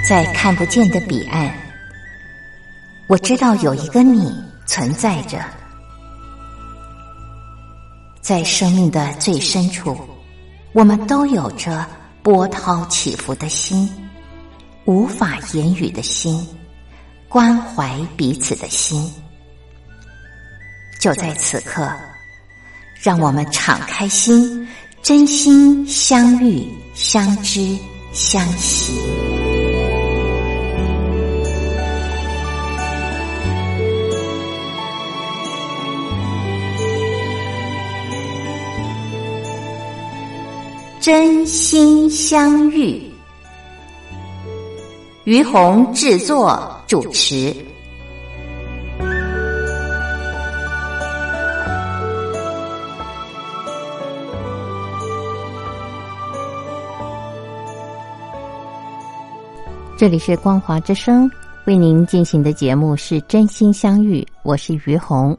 在看不见的彼岸，我知道有一个你存在着。在生命的最深处，我们都有着波涛起伏的心，无法言语的心，关怀彼此的心。就在此刻，让我们敞开心，真心相遇、相知、相惜。真心相遇，于红制作主持。这里是光华之声，为您进行的节目是真心相遇，我是于红。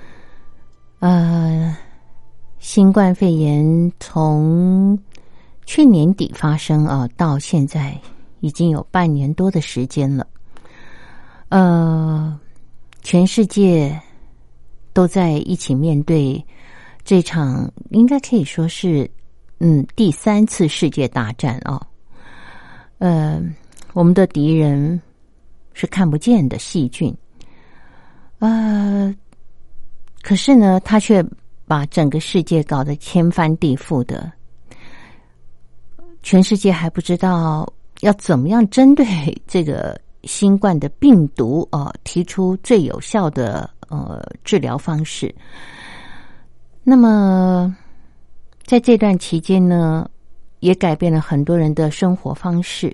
新冠肺炎从去年底发生到现在已经有半年多的时间了。全世界都在一起面对这场应该可以说是第3次世界大战我们的敌人是看不见的细菌，可是呢，他却把整个世界搞得天翻地覆的。全世界还不知道要怎么样针对这个新冠的病毒提出最有效的治疗方式。那么在这段期间呢，也改变了很多人的生活方式。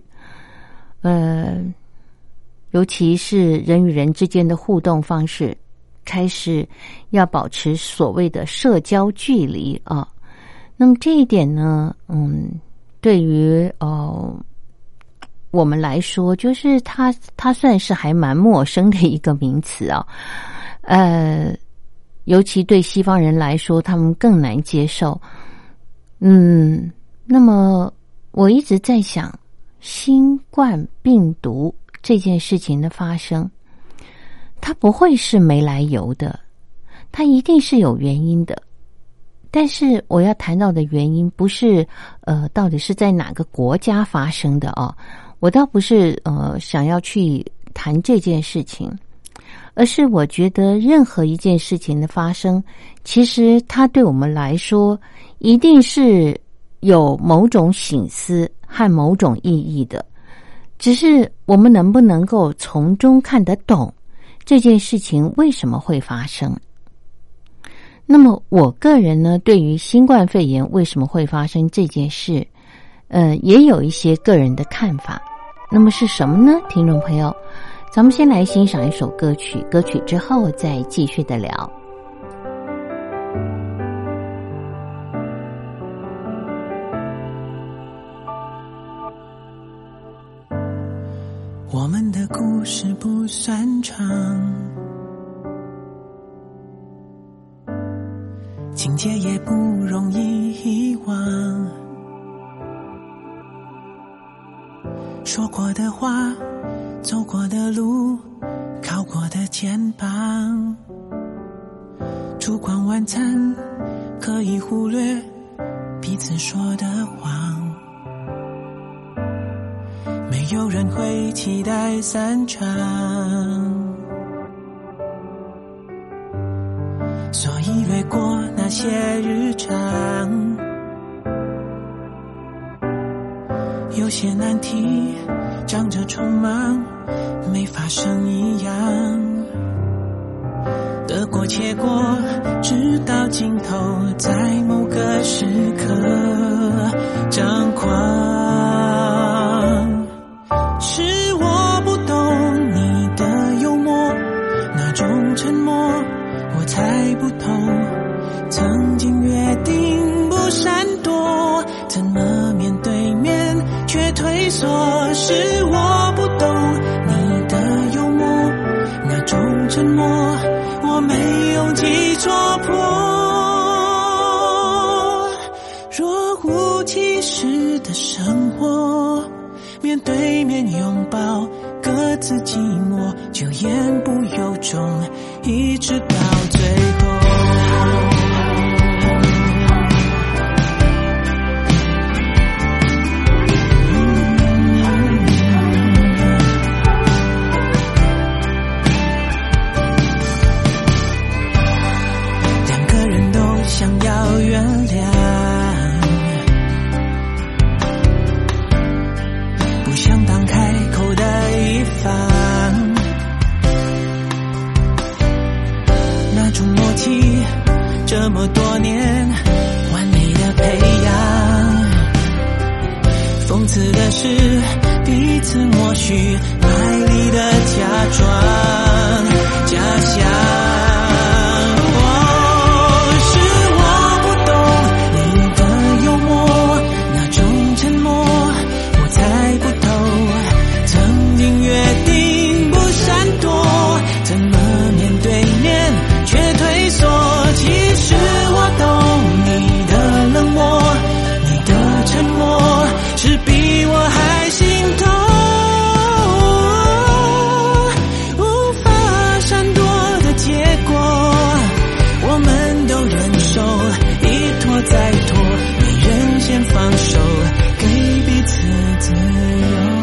尤其是人与人之间的互动方式，开始要保持所谓的社交距离那么这一点呢，对于我们来说，就是它算是还蛮陌生的一个名词尤其对西方人来说，他们更难接受。那么我一直在想，新冠病毒这件事情的发生，它不会是没来由的，它一定是有原因的。但是我要谈到的原因不是到底是在哪个国家发生的我倒不是想要去谈这件事情，而是我觉得任何一件事情的发生，其实它对我们来说一定是有某种省思和某种意义的，只是我们能不能够从中看得懂这件事情为什么会发生。那么我个人呢，对于新冠肺炎为什么会发生这件事也有一些个人的看法。那么是什么呢？听众朋友，咱们先来欣赏一首歌曲，歌曲之后再继续的聊。 我们的故事不算长，情节也不容易遗忘，说过的话，走过的路，靠过的肩膀，烛光晚餐可以忽略彼此说的谎，没有人会期待散场，所以略过那些日常，有些难题长着匆忙没发生一样，得过且过直到尽头，在某个时刻张狂。是我不懂你的幽默，那种沉默我猜不透，曾经约定不闪躲，怎么面对面却退缩？是我不懂你的幽默，那种沉默我没勇气戳破。若无其事的生活， 边对面拥抱，各自寂寞，就言不由衷，一直到最后。想要原谅，不想当开口的一方，那种默契这么多年完美的培养，讽刺的是彼此默许卖力的假装假象。放手，给彼此自由。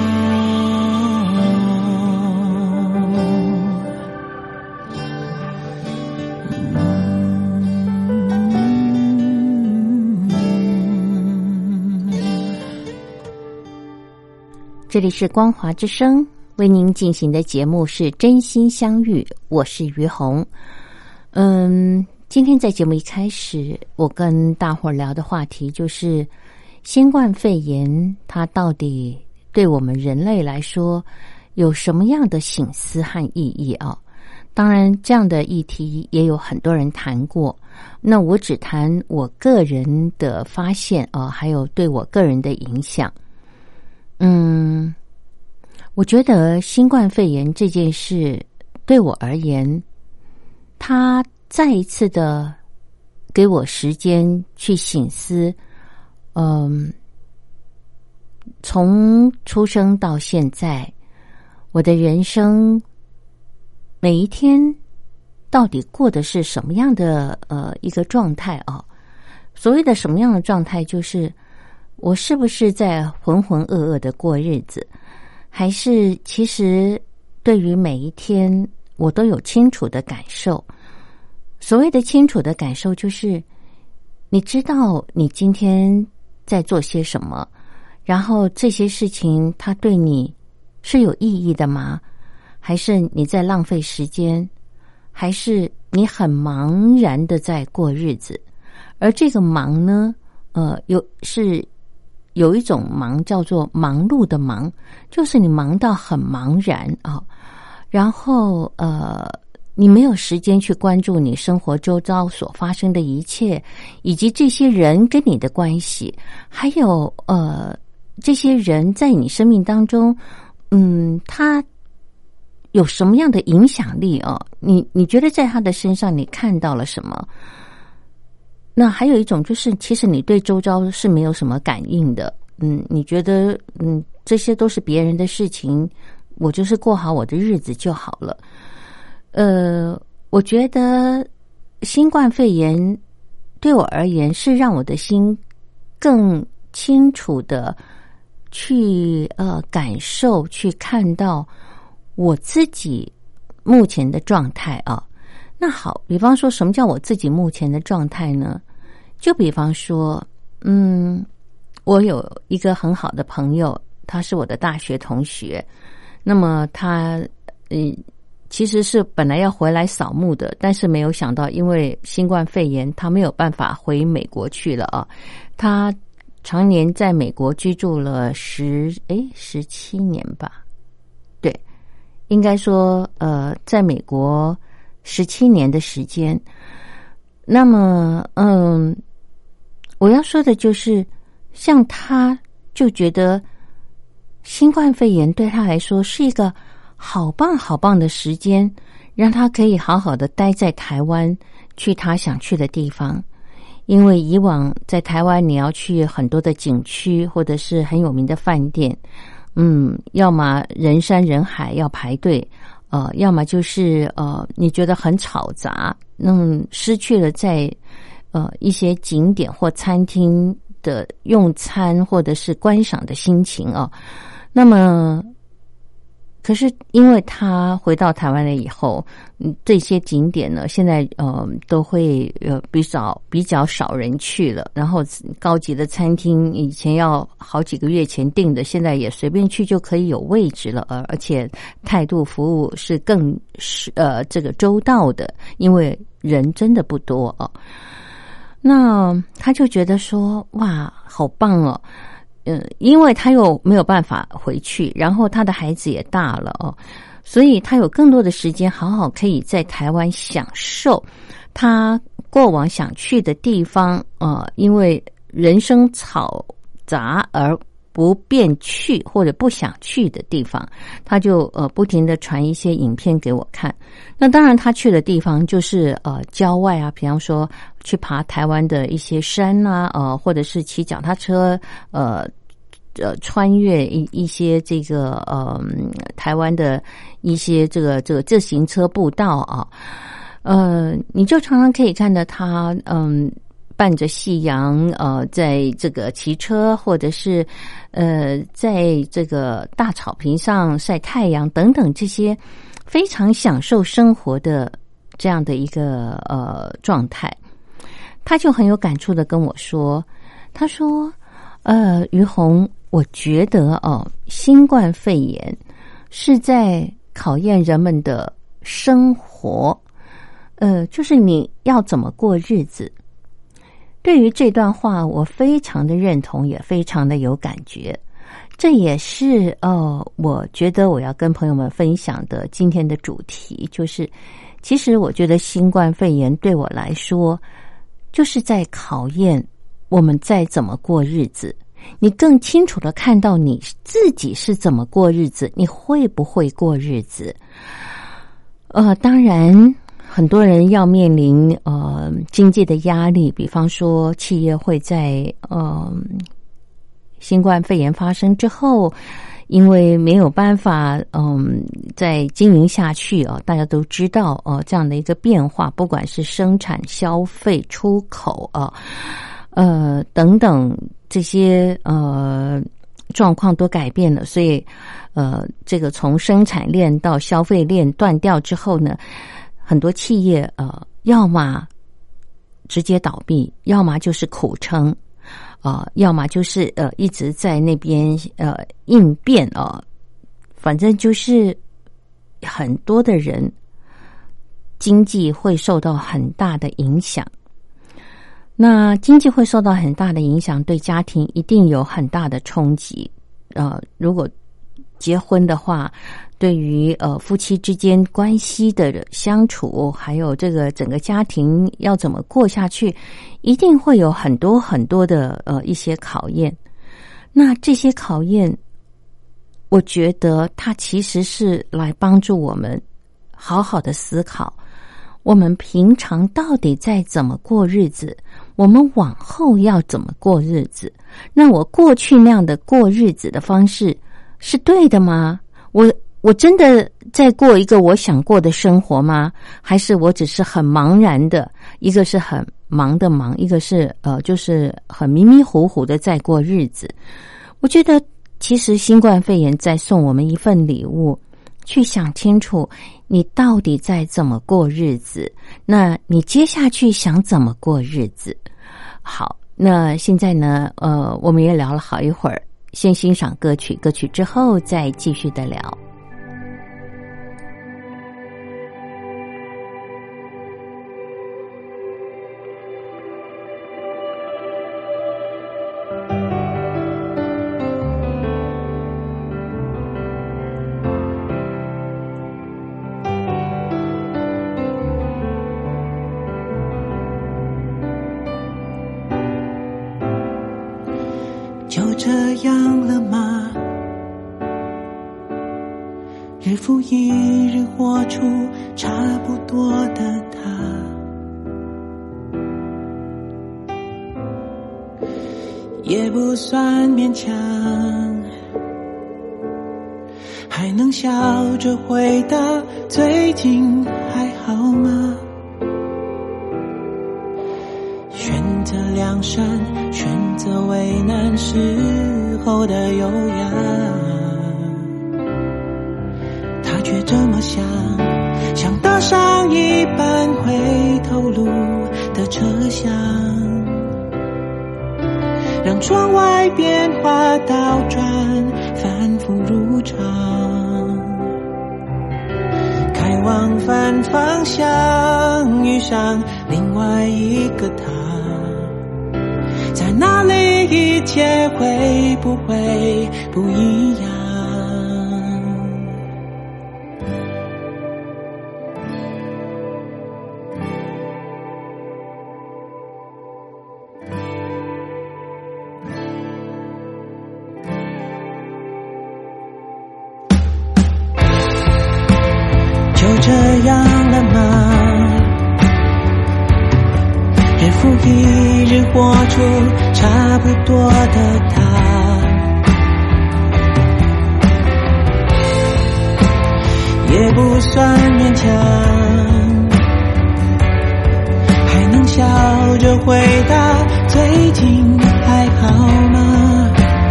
这里是光华之声，为您进行的节目是真心相遇，我是于红。今天在节目一开始，我跟大伙儿聊的话题就是新冠肺炎，它到底对我们人类来说有什么样的省思和意义啊？当然，这样的议题也有很多人谈过。那我只谈我个人的发现啊，还有对我个人的影响。我觉得新冠肺炎这件事对我而言，它再一次的给我时间去省思。从出生到现在，我的人生每一天到底过的是什么样的一个状态啊？所谓的什么样的状态，就是我是不是在浑浑噩噩的过日子，还是其实对于每一天我都有清楚的感受。所谓的清楚的感受，就是你知道你今天在做些什么，然后这些事情它对你是有意义的吗？还是你在浪费时间？还是你很茫然的在过日子？而这个忙呢，有一种忙叫做忙碌的忙，就是你忙到很茫然啊，然后你没有时间去关注你生活周遭所发生的一切，以及这些人跟你的关系，还有这些人在你生命当中，他有什么样的影响力啊？你觉得在他的身上你看到了什么？那还有一种就是，其实你对周遭是没有什么感应的，你觉得这些都是别人的事情，我就是过好我的日子就好了。我觉得新冠肺炎对我而言是让我的心更清楚的去感受，去看到我自己目前的状态啊。那好，比方说什么叫我自己目前的状态呢？就比方说，我有一个很好的朋友，他是我的大学同学，那么他其实是本来要回来扫墓的，但是没有想到因为新冠肺炎他没有办法回美国去了啊。他常年在美国居住了17年吧，对，应该说在美国17年的时间。那么我要说的就是像他就觉得新冠肺炎对他来说是一个好棒好棒的时间，让他可以好好的待在台湾，去他想去的地方。因为以往在台湾你要去很多的景区或者是很有名的饭店， 要么人山人海要排队，要么就是你觉得很吵杂，失去了在一些景点或餐厅的用餐或者是观赏的心情哦。那么可是因为他回到台湾了以后，这些景点呢现在都会比较少人去了，然后高级的餐厅以前要好几个月前订的，现在也随便去就可以有位置了，而且态度服务是更这个周到的，因为人真的不多哦。那他就觉得说哇好棒哦，因为他又没有办法回去，然后他的孩子也大了哦，所以他有更多的时间好好可以在台湾享受他过往想去的地方，因为人生嘈杂而不便去或者不想去的地方，他就不停地传一些影片给我看。那当然他去的地方就是郊外啊，比方说去爬台湾的一些山啊，或者是骑脚踏车穿越一些这个台湾的一些这个自行车步道啊，你就常常可以看到他伴着夕阳在这个骑车，或者是在这个大草坪上晒太阳等等，这些非常享受生活的这样的一个状态。他就很有感触的跟我说，他说于红，我觉得新冠肺炎是在考验人们的生活，就是你要怎么过日子。对于这段话我非常的认同，也非常的有感觉。这也是我觉得我要跟朋友们分享的今天的主题，就是其实我觉得新冠肺炎对我来说就是在考验我们再怎么过日子，你更清楚的看到你自己是怎么过日子，你会不会过日子。当然很多人要面临经济的压力，比方说企业会在新冠肺炎发生之后，因为没有办法再经营下去大家都知道这样的一个变化，不管是生产、消费、出口等等这些状况都改变了，所以这个从生产链到消费链断掉之后呢，很多企业要么直接倒闭，要么就是苦撑，要么就是一直在那边应变反正就是很多的人经济会受到很大的影响。那经济会受到很大的影响，对家庭一定有很大的冲击。如果结婚的话，对于夫妻之间关系的相处，还有这个整个家庭要怎么过下去，一定会有很多很多的一些考验。那这些考验，我觉得它其实是来帮助我们好好的思考，我们平常到底在怎么过日子，我们往后要怎么过日子。那我过去那样的过日子的方式是对的吗？我真的在过一个我想过的生活吗？还是我只是很茫然的，一个是很忙的忙，一个是就是很迷迷糊糊的在过日子。我觉得其实新冠肺炎在送我们一份礼物，去想清楚你到底在怎么过日子，那你接下去想怎么过日子。好，那现在呢我们也聊了好一会儿，先欣赏歌曲，歌曲之后再继续的聊。 就这样了吗？日复一日活出差不多的他，也不算勉强。 能笑着回答最近还好吗？选择良善，选择为难时候的优雅，他却这么想搭上一班回头路的车厢，让窗外变化倒转，反复如常，开往反方向，遇上另外一个他，在那里一切会不会不一样？就这样了吗？日复一日活出差不多的他，也不算勉强，还能笑着回答最近还好吗？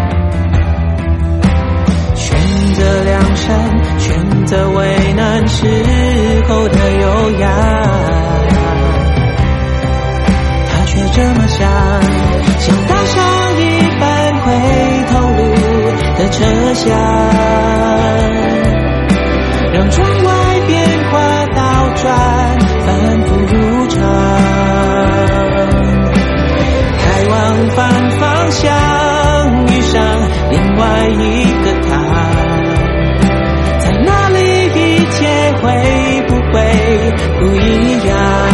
选择良善，选择为难时候的优雅，他却这么想搭上一班回头路的车厢，让窗外变化倒转，反复如常，开往反方向，遇上另外一个他，在那里一切会不会不一样？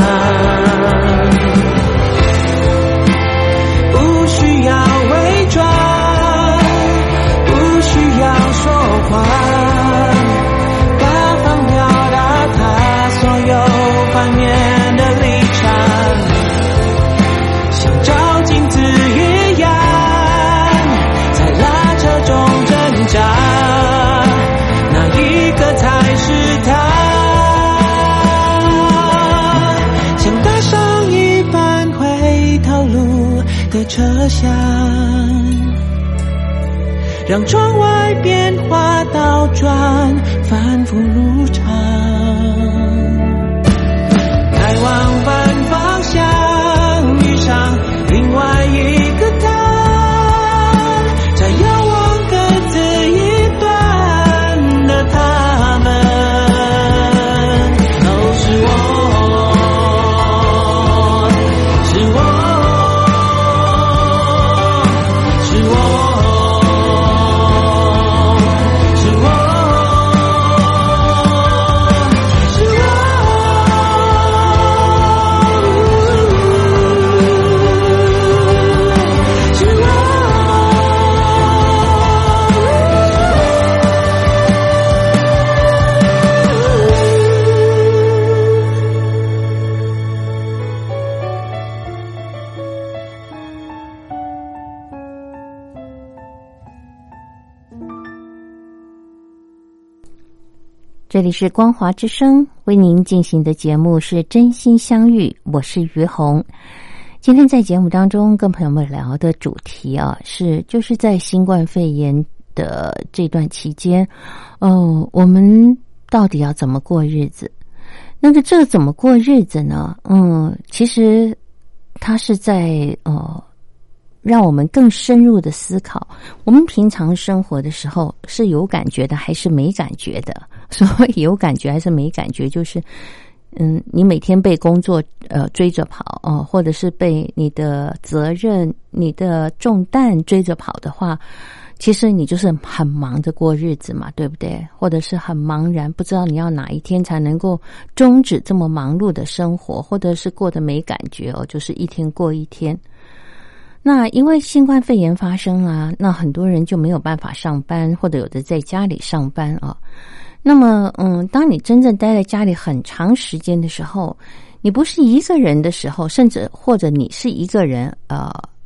不需要伪装，不需要说谎，大方表达他所有反面的立场，像照镜子一样，在拉扯中挣扎，哪一个才是他？想搭上一班回头路的车厢，让窗外变化倒转，反复如常，开往反方向，遇上另外一个他，在遥望各自一端的他们，都是我，是我，是我，是我，是我，是我。 这里是光华之声，为您进行的节目是真心相遇，我是于红。今天在节目当中跟朋友们聊的主题啊，就是在新冠肺炎的这段期间，我们到底要怎么过日子？那个这个怎么过日子呢？其实它是在让我们更深入的思考，我们平常生活的时候是有感觉的还是没感觉的？所谓有感觉还是没感觉，就是你每天被工作追着跑或者是被你的责任、你的重担追着跑的话，其实你就是很忙的过日子嘛，对不对？或者是很茫然，不知道你要哪一天才能够终止这么忙碌的生活，或者是过得没感觉就是一天过一天。那因为新冠肺炎发生啊，那很多人就没有办法上班，或者有的在家里上班啊。那么当你真正待在家里很长时间的时候，你不是一个人的时候，甚至或者你是一个人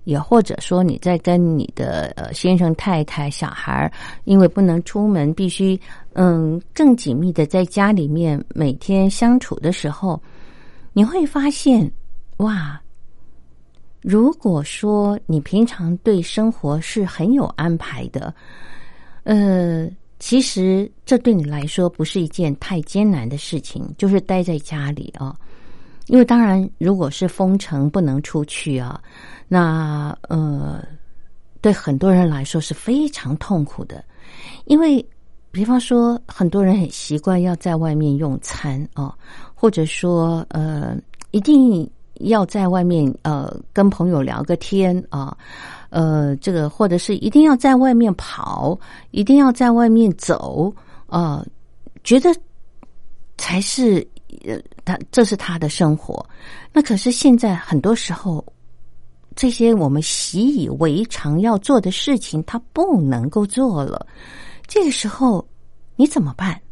也或者说你在跟你的先生太太小孩因为不能出门必须更紧密的在家里面每天相处的时候，你会发现哇，如果说你平常对生活是很有安排的，其实这对你来说不是一件太艰难的事情，就是待在家里啊。因为当然如果是封城不能出去啊，那对很多人来说是非常痛苦的。因为比方说很多人很习惯要在外面用餐啊，或者说一定要在外面跟朋友聊个天啊，这个或者是一定要在外面跑，一定要在外面走觉得才是这是他的生活。那可是现在很多时候这些我们习以为常要做的事情他不能够做了，这个时候你怎么办？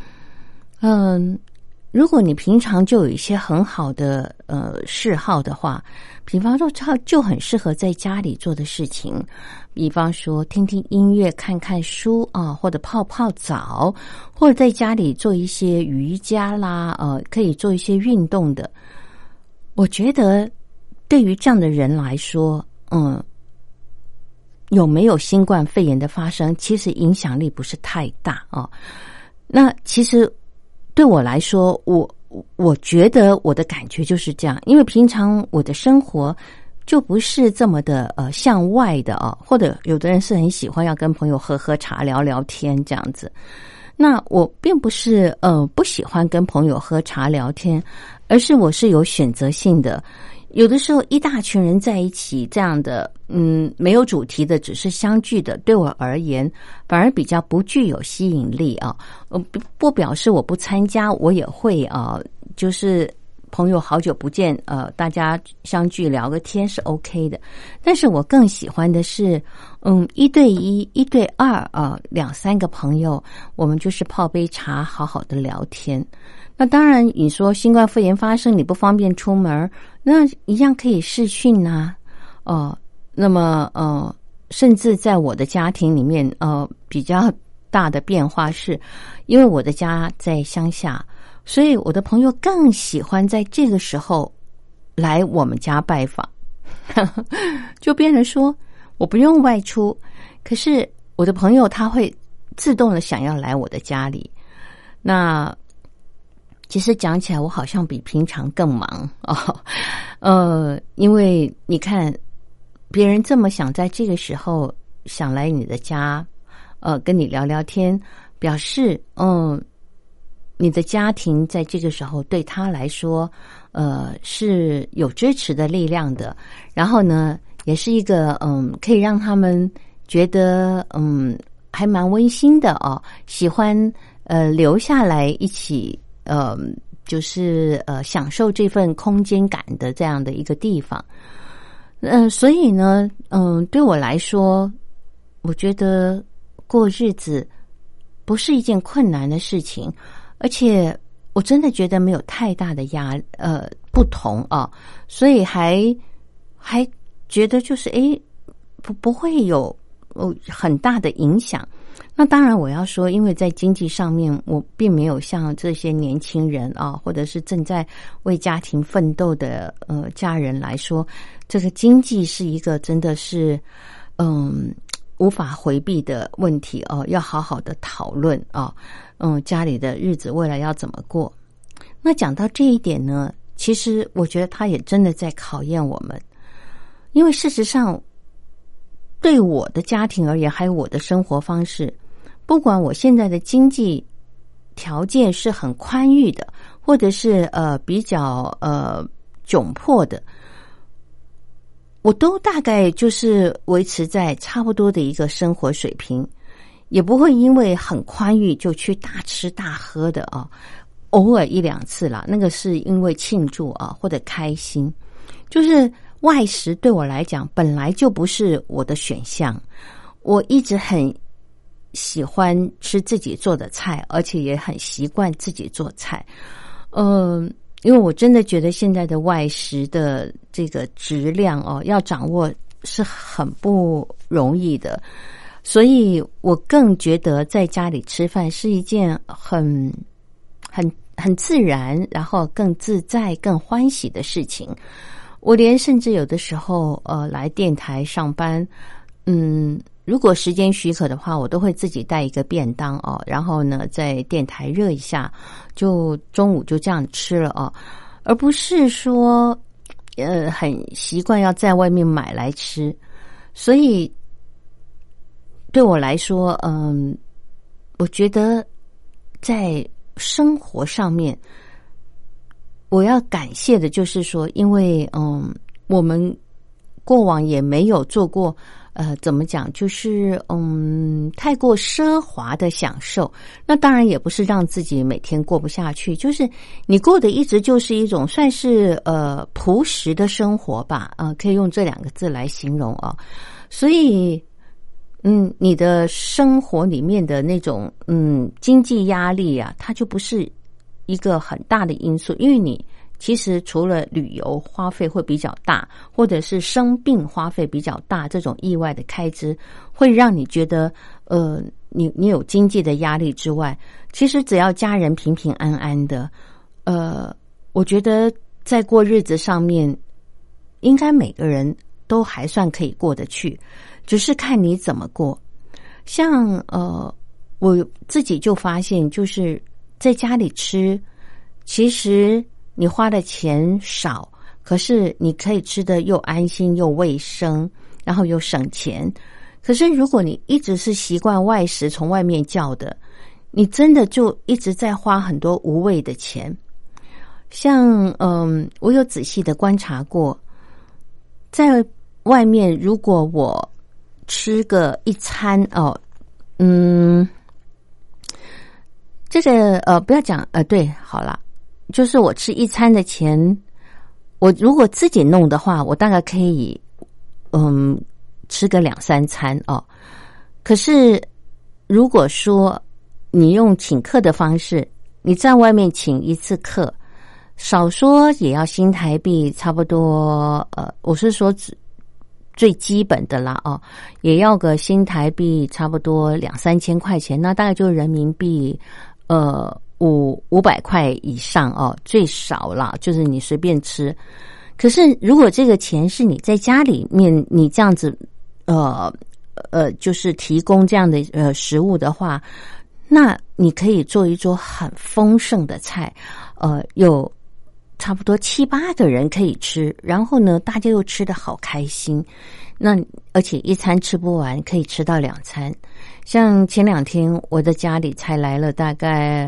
如果你平常就有一些很好的嗜好的话，比方说就很适合在家里做的事情，比方说听听音乐、看看书啊，或者泡泡澡，或者在家里做一些瑜伽啦，可以做一些运动的。我觉得对于这样的人来说，有没有新冠肺炎的发生，其实影响力不是太大啊。那其实对我来说，我觉得我的感觉就是这样，因为平常我的生活就不是这么的向外的啊，或者有的人是很喜欢要跟朋友喝喝茶、聊聊天这样子。那我并不是不喜欢跟朋友喝茶聊天，而是我是有选择性的。有的时候一大群人在一起这样的没有主题的只是相聚的，对我而言反而比较不具有吸引力啊。不表示我不参加，我也会就是朋友好久不见大家相聚聊个天是 OK 的。但是我更喜欢的是1对1、1对22-3个朋友，我们就是泡杯茶好好的聊天。那当然你说新冠肺炎发生你不方便出门，那一样可以视讯啊。那么甚至在我的家庭里面比较大的变化是，因为我的家在乡下，所以我的朋友更喜欢在这个时候来我们家拜访就变成说我不用外出，可是我的朋友他会自动的想要来我的家里。那其实讲起来我好像比平常更忙因为你看别人这么想在这个时候想来你的家跟你聊聊天，表示你的家庭在这个时候对他来说是有支持的力量的，然后呢也是一个可以让他们觉得还蛮温馨的喜欢留下来一起就是享受这份空间感的这样的一个地方。所以呢对我来说，我觉得过日子不是一件困难的事情，而且我真的觉得没有太大的不同所以还觉得就是不会有很大的影响。那当然我要说，因为在经济上面我并没有像这些年轻人或者是正在为家庭奋斗的家人来说，这个经济是一个真的是无法回避的问题要好好的讨论家里的日子未来要怎么过。那讲到这一点呢，其实我觉得他也真的在考验我们，因为事实上对我的家庭而言，还有我的生活方式，不管我现在的经济条件是很宽裕的，或者是比较窘迫的，我都大概就是维持在差不多的一个生活水平，也不会因为很宽裕就去大吃大喝的偶尔1-2次啦，那个是因为庆祝或者开心。就是外食对我来讲本来就不是我的选项，我一直很喜欢吃自己做的菜，而且也很习惯自己做菜。因为我真的觉得现在的外食的这个质量要掌握是很不容易的，所以我更觉得在家里吃饭是一件很自然，然后更自在、更欢喜的事情。我甚至有的时候来电台上班，如果时间许可的话，我都会自己带一个便当然后呢在电台热一下，就中午就这样吃了而不是说很习惯要在外面买来吃。所以对我来说我觉得在生活上面我要感谢的就是说，因为我们过往也没有做过怎么讲，就是太过奢华的享受。那当然也不是让自己每天过不下去，就是你过的一直就是一种算是朴实的生活吧，可以用这2个字来形容所以你的生活里面的那种经济压力啊，它就不是一个很大的因素，因为你其实除了旅游花费会比较大，或者是生病花费比较大，这种意外的开支会让你觉得你有经济的压力之外，其实只要家人平平安安的我觉得在过日子上面应该每个人都还算可以过得去，只是看你怎么过。像我自己就发现，就是在家里吃，其实你花的钱少，可是你可以吃得又安心又卫生，然后又省钱。可是如果你一直是习惯外食，从外面叫的，你真的就一直在花很多无谓的钱。像我有仔细的观察过，在外面如果我吃个一餐这个不要讲对，好啦，就是我吃一餐的钱，我如果自己弄的话，我大概可以吃个2-3餐可是如果说你用请客的方式，你在外面请一次客，少说也要新台币差不多我是说最基本的啦也要个新台币差不多2-3千块钱，那大概就是人民币500块以上最少啦，就是你随便吃。可是如果这个钱是你在家里面你这样子就是提供这样的食物的话，那你可以做一桌很丰盛的菜有差不多7-8个人可以吃，然后呢大家又吃得好开心，那而且一餐吃不完，可以吃到2餐。像前2天我的家里才来了大概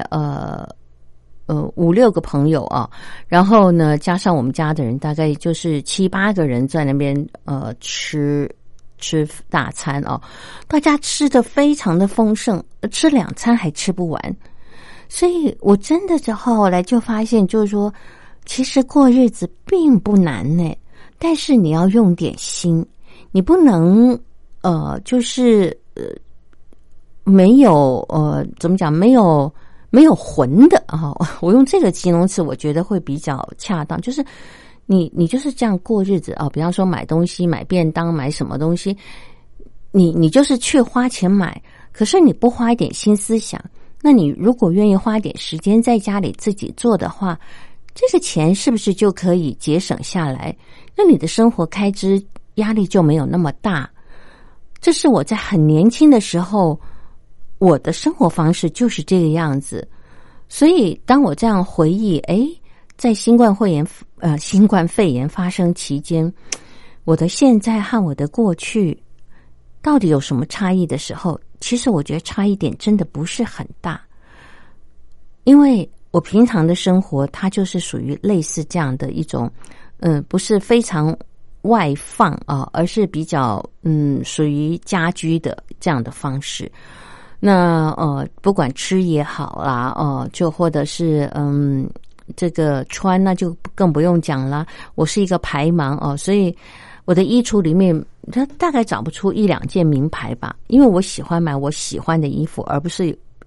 5-6个朋友然后呢加上我们家的人，大概就是7-8个人在那边吃大餐大家吃得非常的丰盛，吃2餐还吃不完。所以我真的后来就发现，就是说其实过日子并不难呢，但是你要用点心，你不能就是没有怎么讲，没有魂的我用这个形容词我觉得会比较恰当，就是你就是这样过日子比方说买东西，买便当，买什么东西，你就是去花钱买，可是你不花一点心思想，那你如果愿意花一点时间在家里自己做的话，这个钱是不是就可以节省下来？那你的生活开支压力就没有那么大。这是我在很年轻的时候，我的生活方式就是这个样子。所以当我这样回忆，在新冠肺炎发生期间，我的现在和我的过去到底有什么差异的时候，其实我觉得差异点真的不是很大。因为我平常的生活它就是属于类似这样的一种不是非常外放而是比较属于家居的这样的方式。那不管吃也好啦就或者是这个穿那就更不用讲啦。我是一个牌盲所以我的衣橱里面它大概找不出1-2件名牌吧，因为我喜欢买我喜欢的衣服，而不是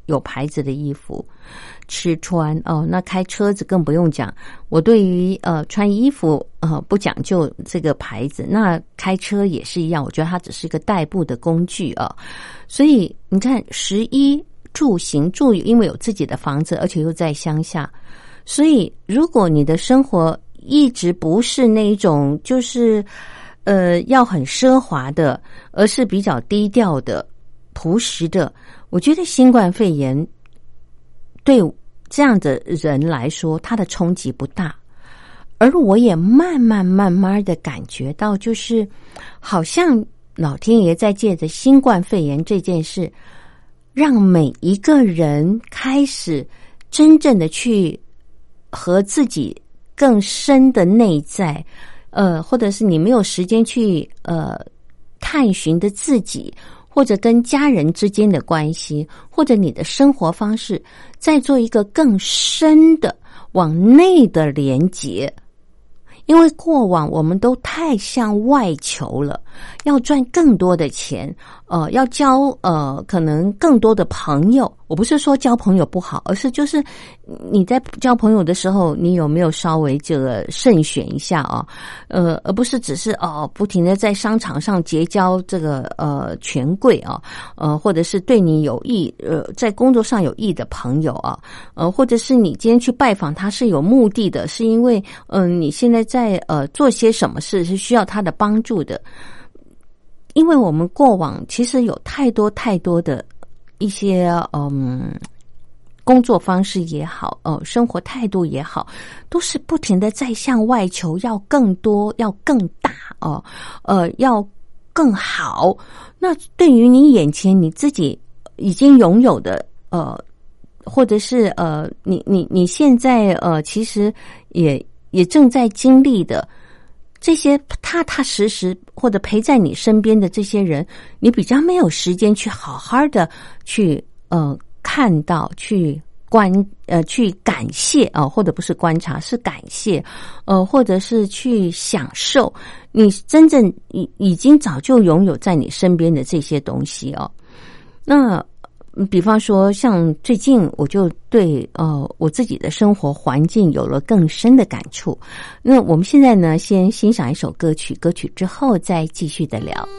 有牌子的衣服吃穿哦。那开车子更不用讲，我对于穿衣服不讲究这个牌子，那开车也是一样，我觉得它只是一个代步的工具啊。所以你看食衣住行，住因为有自己的房子，而且又在乡下，所以如果你的生活一直不是那一种就是要很奢华的，而是比较低调的朴实的，我觉得新冠肺炎对这样的人来说他的冲击不大。而我也慢慢的感觉到，就是好像老天爷在借着新冠肺炎这件事，让每一个人开始真正的去和自己更深的内在或者是你没有时间去探寻的自己，或者跟家人之间的关系，或者你的生活方式，再做一个更深的往内的连结。因为过往我们都太向外求了，要赚更多的钱，要交可能更多的朋友。我不是说交朋友不好，而是就是你在交朋友的时候，你有没有稍微这个慎选一下啊？而不是只是不停的在商场上结交这个权贵啊，或者是对你有益在工作上有益的朋友啊，或者是你今天去拜访他是有目的的，是因为你现在在做些什么事是需要他的帮助的。因为我们过往其实有太多的一些工作方式也好，生活态度也好，都是不停的在向外求，要更多，要更大要更好。那对于你眼前你自己已经拥有的或者是你现在其实也正在经历的这些踏踏实实或者陪在你身边的这些人，你比较没有时间去好好的去看到，去感谢或者不是观察，是感谢或者是去享受你真正已经早就拥有在你身边的这些东西哦。那比方说像最近我就对我自己的生活环境有了更深的感触。那我们现在呢先欣赏一首歌曲，歌曲之后再继续的聊。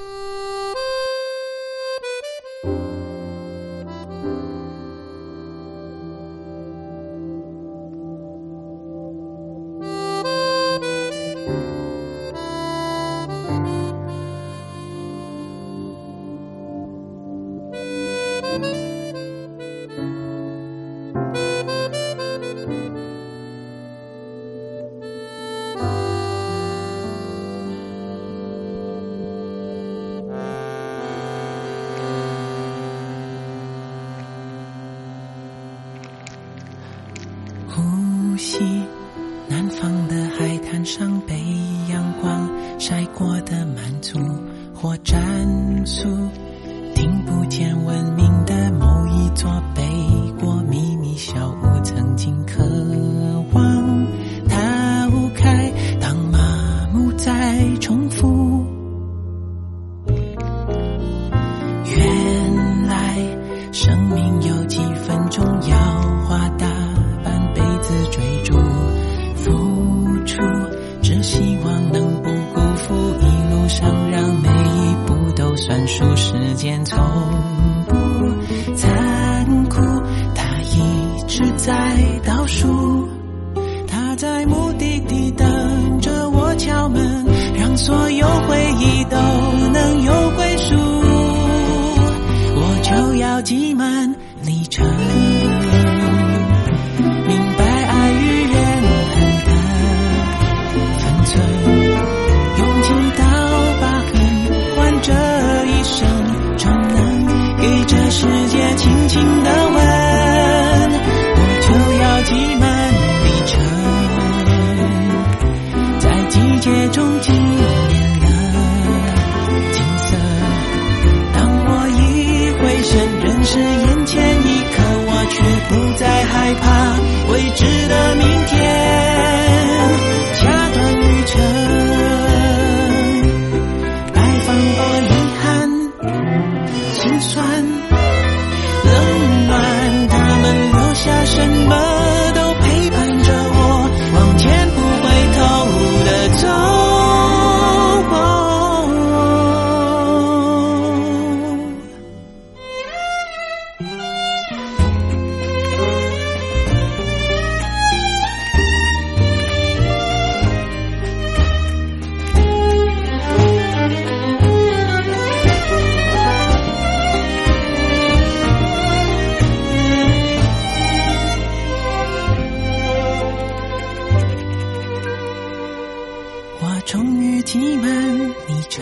呼吸南方的海滩上被阳光晒过的满足或战术，听不见文明的某一座北国秘密小屋，曾经渴望它无开，当麻木在重复。原来生命有几分钟要花大半辈子追逐付出，只希望能不辜负，一路上让每一步都算数，时间从不残酷，它一直在倒数，它在目的地等着我敲门，让所有回忆都能有归属，我就要挤满里程，明白爱与怨恨的分寸，用尽刀疤痕换这一生，终能给这世界轻轻的吻，我就要挤满里程，在季节中纪念了景色，当我一回身认识眼前一刻，我却不再害怕未知的明天，掐断旅程，摆放过遗憾心酸冷暖挤满泥城，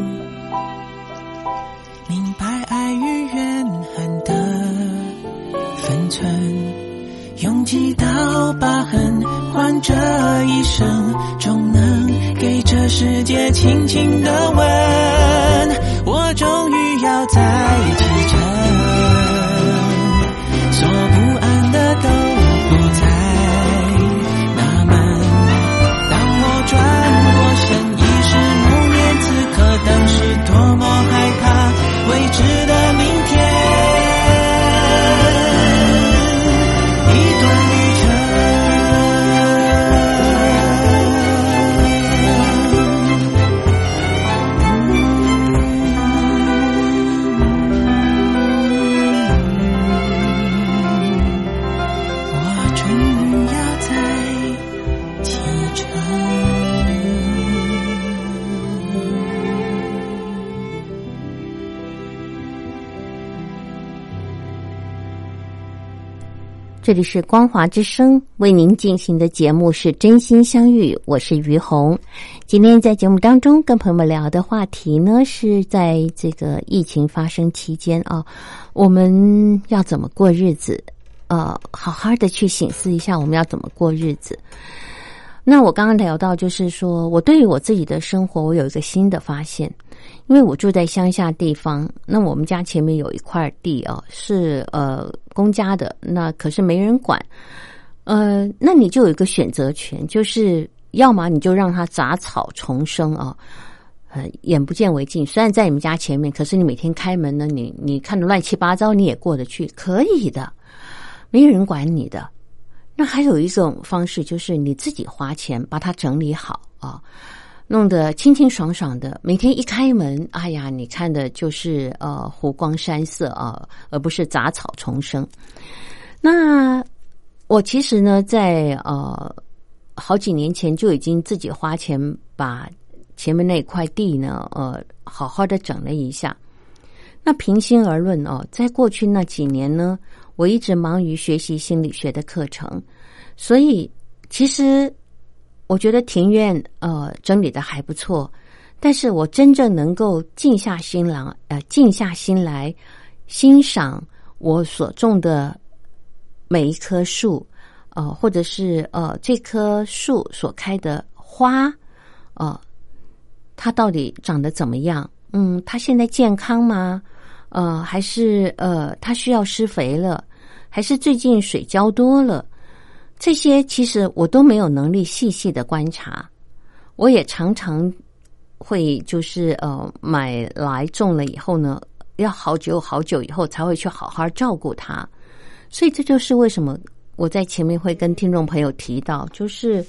明白爱与怨恨的分寸，用几道疤痕换这一生，终能给这世界轻轻的吻。我终于要在启程，所不安的都不再纳闷。当我转过身，已是暮年，此刻当时多么害怕未知的明天。一段旅这里是光华之声为您进行的节目是真心相遇，我是于红。今天在节目当中跟朋友们聊的话题呢，是在这个疫情发生期间啊，我们要怎么过日子？好好的去省思一下我们要怎么过日子。那我刚刚聊到就是说我对于我自己的生活我有一个新的发现，因为我住在乡下地方，那我们家前面有一块地啊，是公家的，那可是没人管。那你就有一个选择权，就是要么你就让它杂草丛生啊，眼不见为净。虽然在你们家前面，可是你每天开门呢，你看得乱七八糟，你也过得去，可以的，没人管你的。那还有一种方式，就是你自己花钱把它整理好啊，弄得清清爽爽的，每天一开门，哎呀，你看的就是湖光山色啊，而不是杂草丛生。那我其实呢，在好几年前就已经自己花钱把前面那块地呢，好好的整了一下。那平心而论哦，在过去那几年呢，我一直忙于学习心理学的课程，所以其实我觉得庭院整理的还不错，但是我真正能够静下心来欣赏我所种的每一棵树，或者是这棵树所开的花，它到底长得怎么样？它现在健康吗？还是它需要施肥了？还是最近水浇多了？这些其实我都没有能力细细的观察。我也常常会就是买来种了以后呢，要好久好久以后才会去好好照顾它。所以这就是为什么我在前面会跟听众朋友提到，就是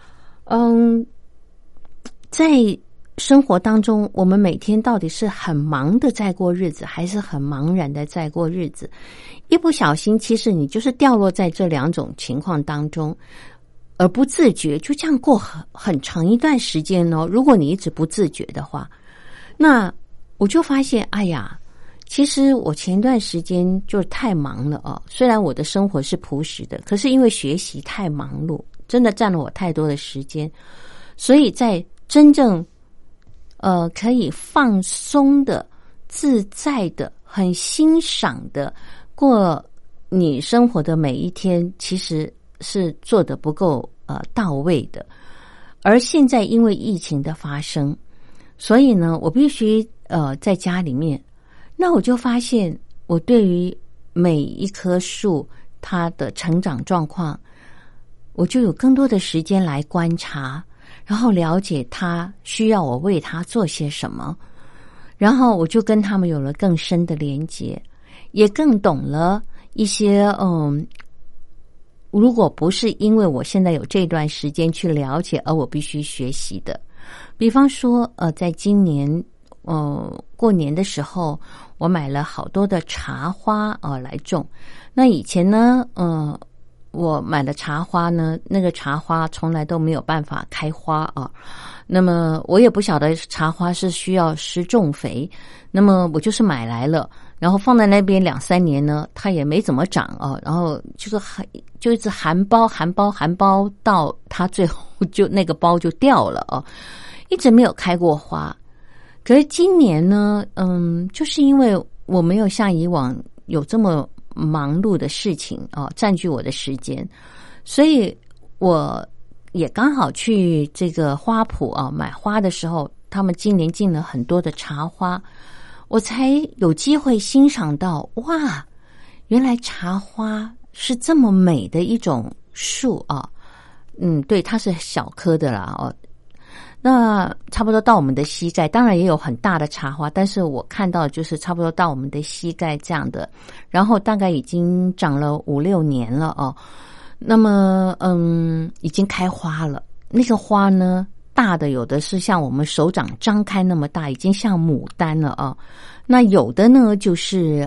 在生活当中，我们每天到底是很忙的在过日子，还是很茫然的在过日子？一不小心，其实你就是掉落在这两种情况当中，而不自觉，就这样过很长一段时间哦。如果你一直不自觉的话，那我就发现，哎呀，其实我前一段时间就是太忙了哦。虽然我的生活是朴实的，可是因为学习太忙碌，真的占了我太多的时间，所以在真正可以放松的、自在的、很欣赏的过你生活的每一天，其实是做得不够到位的。而现在因为疫情的发生，所以呢，我必须在家里面，那我就发现我对于每一棵树它的成长状况，我就有更多的时间来观察。然后了解他需要我为他做些什么，然后我就跟他们有了更深的连结，也更懂了一些如果不是因为我现在有这段时间去了解，而我必须学习的。比方说在今年过年的时候，我买了好多的茶花来种。那以前呢我买了茶花呢，那个茶花从来都没有办法开花啊。那么我也不晓得茶花是需要施种肥，那么我就是买来了，然后放在那边2-3年呢，它也没怎么长啊。然后就一直含苞到它最后就那个苞就掉了啊。 一直没有开过花。可是今年呢，就是因为我没有像以往有这么忙碌的事情占据我的时间，所以我也刚好去这个花圃买花的时候，他们今年进了很多的茶花，我才有机会欣赏到，哇，原来茶花是这么美的一种树啊。对，它是小棵的啦那差不多到我们的膝盖，当然也有很大的茶花，但是我看到就是差不多到我们的膝盖这样的，然后大概已经长了5-6年了那么已经开花了。那个花呢，大的有的是像我们手掌张开那么大，已经像牡丹了那有的呢就是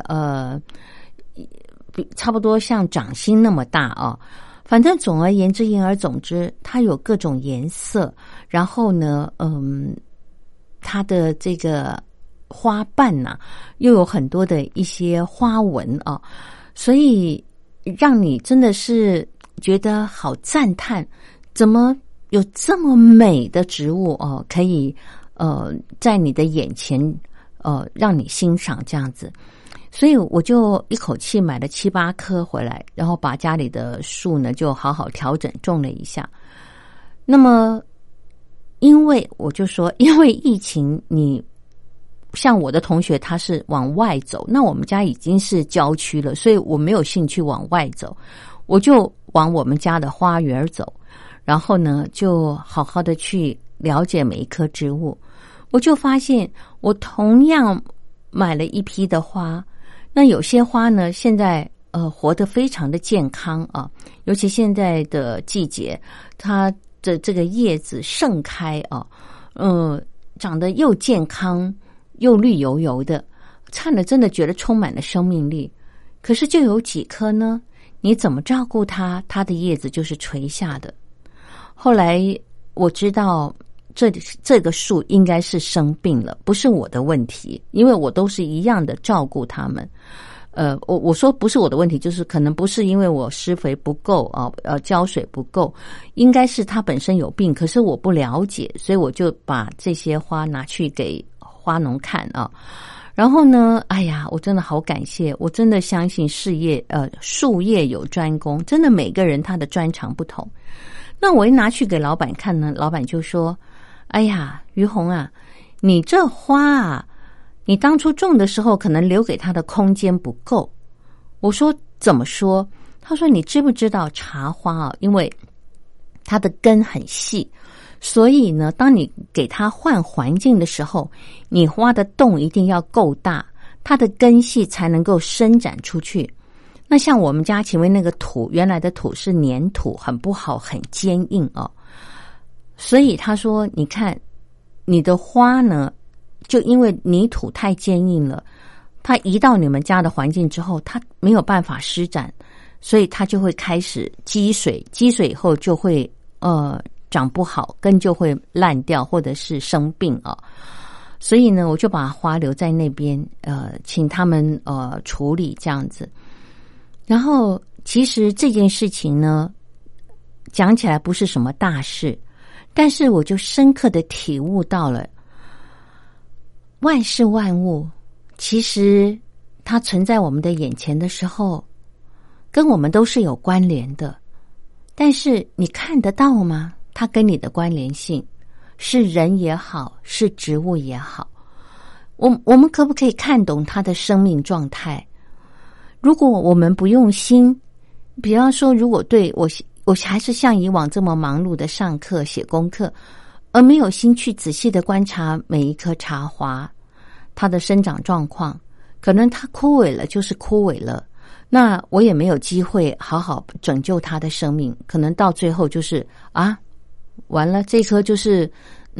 差不多像掌心那么大反正总而言之，言而总之，它有各种颜色，然后呢，它的这个花瓣又有很多的一些花纹所以让你真的是觉得好赞叹，怎么有这么美的植物可以在你的眼前让你欣赏这样子。所以我就一口气买了7-8棵回来，然后把家里的树呢就好好调整种了一下。那么因为我就说，因为疫情，你像我的同学他是往外走，那我们家已经是郊区了，所以我没有兴趣往外走，我就往我们家的花园走，然后呢就好好的去了解每一棵植物。我就发现我同样买了一批的花，那有些花呢现在活得非常的健康尤其现在的季节，它的这个叶子盛开长得又健康又绿油油的，看了真的觉得充满了生命力。可是就有几棵呢，你怎么照顾它，它的叶子就是垂下的。后来我知道这个树应该是生病了，不是我的问题，因为我都是一样的照顾它们。我说不是我的问题，就是可能不是因为我施肥不够浇水不够，应该是它本身有病，可是我不了解，所以我就把这些花拿去给花农看然后呢，哎呀，我真的好感谢，我真的相信术业有专攻，真的每个人他的专长不同。那我一拿去给老板看呢，老板就说：“哎呀，于红啊，你这花你当初种的时候可能留给它的空间不够。”我说：“怎么说？”他说：“你知不知道茶花因为它的根很细，所以呢，当你给它换环境的时候，你挖的洞一定要够大，它的根系才能够伸展出去。那像我们家前面那个土，原来的土是粘土，很不好，很坚硬所以他说，你看你的花呢，就因为泥土太坚硬了，它移到你们家的环境之后，它没有办法施展，所以它就会开始积水，积水以后就会长不好，根就会烂掉或者是生病所以呢，我就把花留在那边请他们处理这样子。然后其实这件事情呢，讲起来不是什么大事，但是我就深刻的体悟到了，万事万物其实它存在我们的眼前的时候，跟我们都是有关联的，但是你看得到吗？它跟你的关联性，是人也好，是植物也好，我们可不可以看懂它的生命状态？如果我们不用心，比方说如果对我还是像以往这么忙碌的上课写功课，而没有心去仔细的观察每一棵茶花它的生长状况，可能它枯萎了就是枯萎了，那我也没有机会好好拯救它的生命，可能到最后就是完了，这棵就是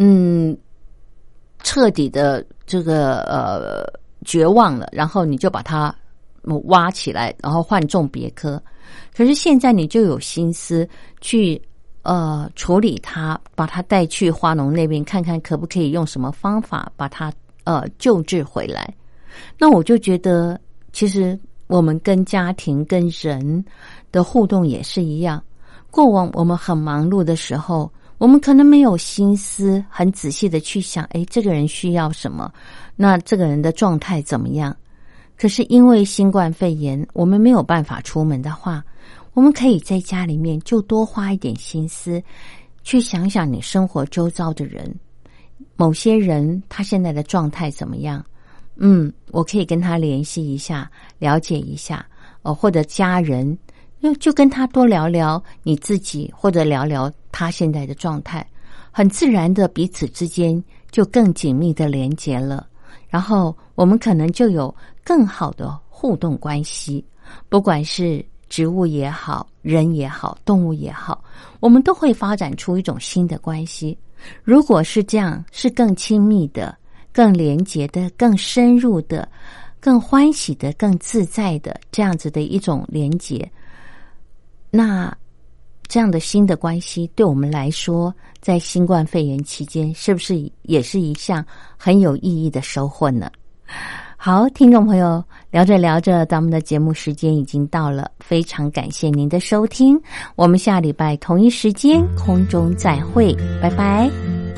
彻底的这个绝望了，然后你就把它挖起来，然后换种别棵。可是现在你就有心思去处理它，把它带去花农那边看看可不可以用什么方法把它救治回来。那我就觉得其实我们跟家庭跟人的互动也是一样，过往我们很忙碌的时候， 我们可能没有心思很仔细的去想，这个人需要什么，那这个人的状态怎么样。可是因为新冠肺炎，我们没有办法出门的话，我们可以在家里面就多花一点心思，去想想你生活周遭的人，某些人他现在的状态怎么样，我可以跟他联系一下，了解一下，或者家人就跟他多聊聊你自己，或者聊聊他现在的状态，很自然的彼此之间就更紧密的连结了，然后我们可能就有更好的互动关系，不管是植物也好，人也好，动物也好，我们都会发展出一种新的关系。如果是这样，是更亲密的，更连结的，更深入的，更欢喜的，更自在的，这样子的一种连结，那这样的新的关系对我们来说，在新冠肺炎期间是不是也是一项很有意义的收获呢？好，听众朋友，聊着聊着，咱们的节目时间已经到了，非常感谢您的收听，我们下礼拜同一时间空中再会，拜拜。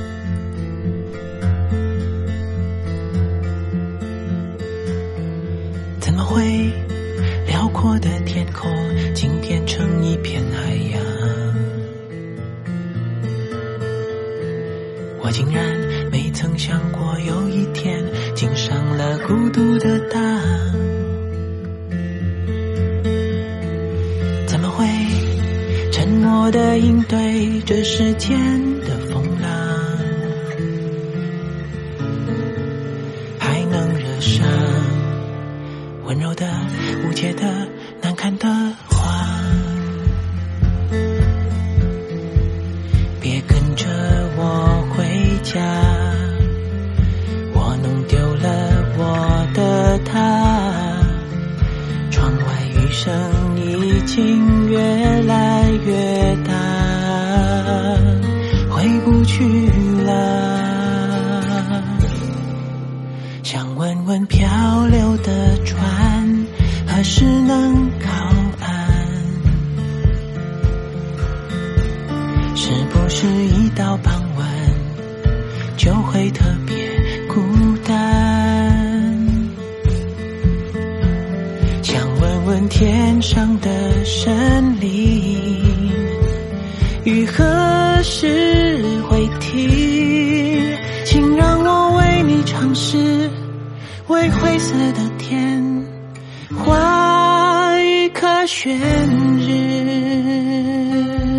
怎么会辽阔的天空今天成一片海洋？我竟然没曾想过有一天竟上了孤独的当。怎么会沉默地应对这世间的风浪，还能惹上温柔的、无解的、难看的话？别跟着我回家，我弄丢了我的他。窗外雨声已经越来越大，回不去了。想问问漂流的船何时能靠岸？是不是一到傍晚就会特别孤单？想问问天上的神灵，雨何时会停？请让我为你唱诗，为灰色的天画一颗旋日。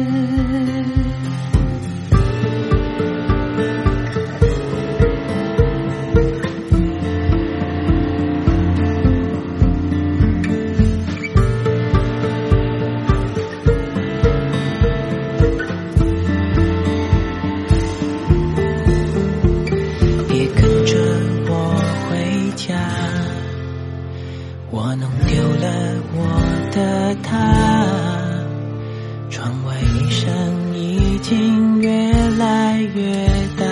我弄丢了我的他，窗外雨声已经越来越大，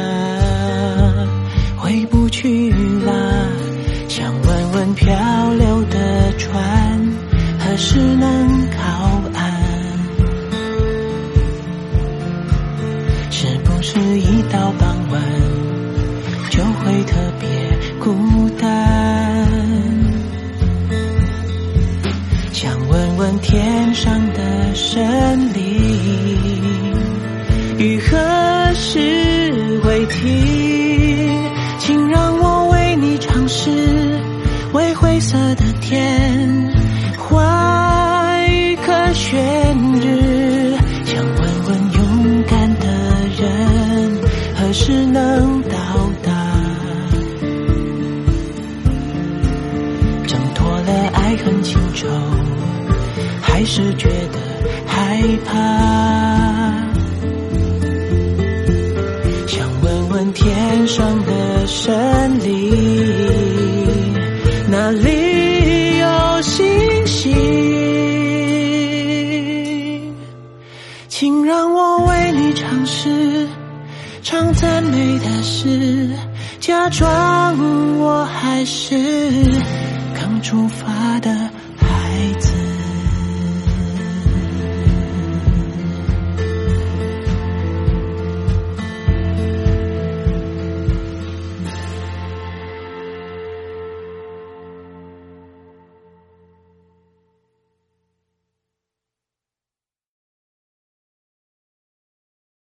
回不去了。想问问漂流的船何时能靠岸？是不是一到傍晚就会特别孤单？想问问天上的神灵，雨何时会停？请让我为你唱诗，为灰色的天画一颗旋日。想问问勇敢的人何时能到达？挣脱了爱恨情仇，还是觉得害怕？想问问天上的神灵，哪里有星星？请让我为你唱诗，唱赞美的诗，假装我还是刚出发的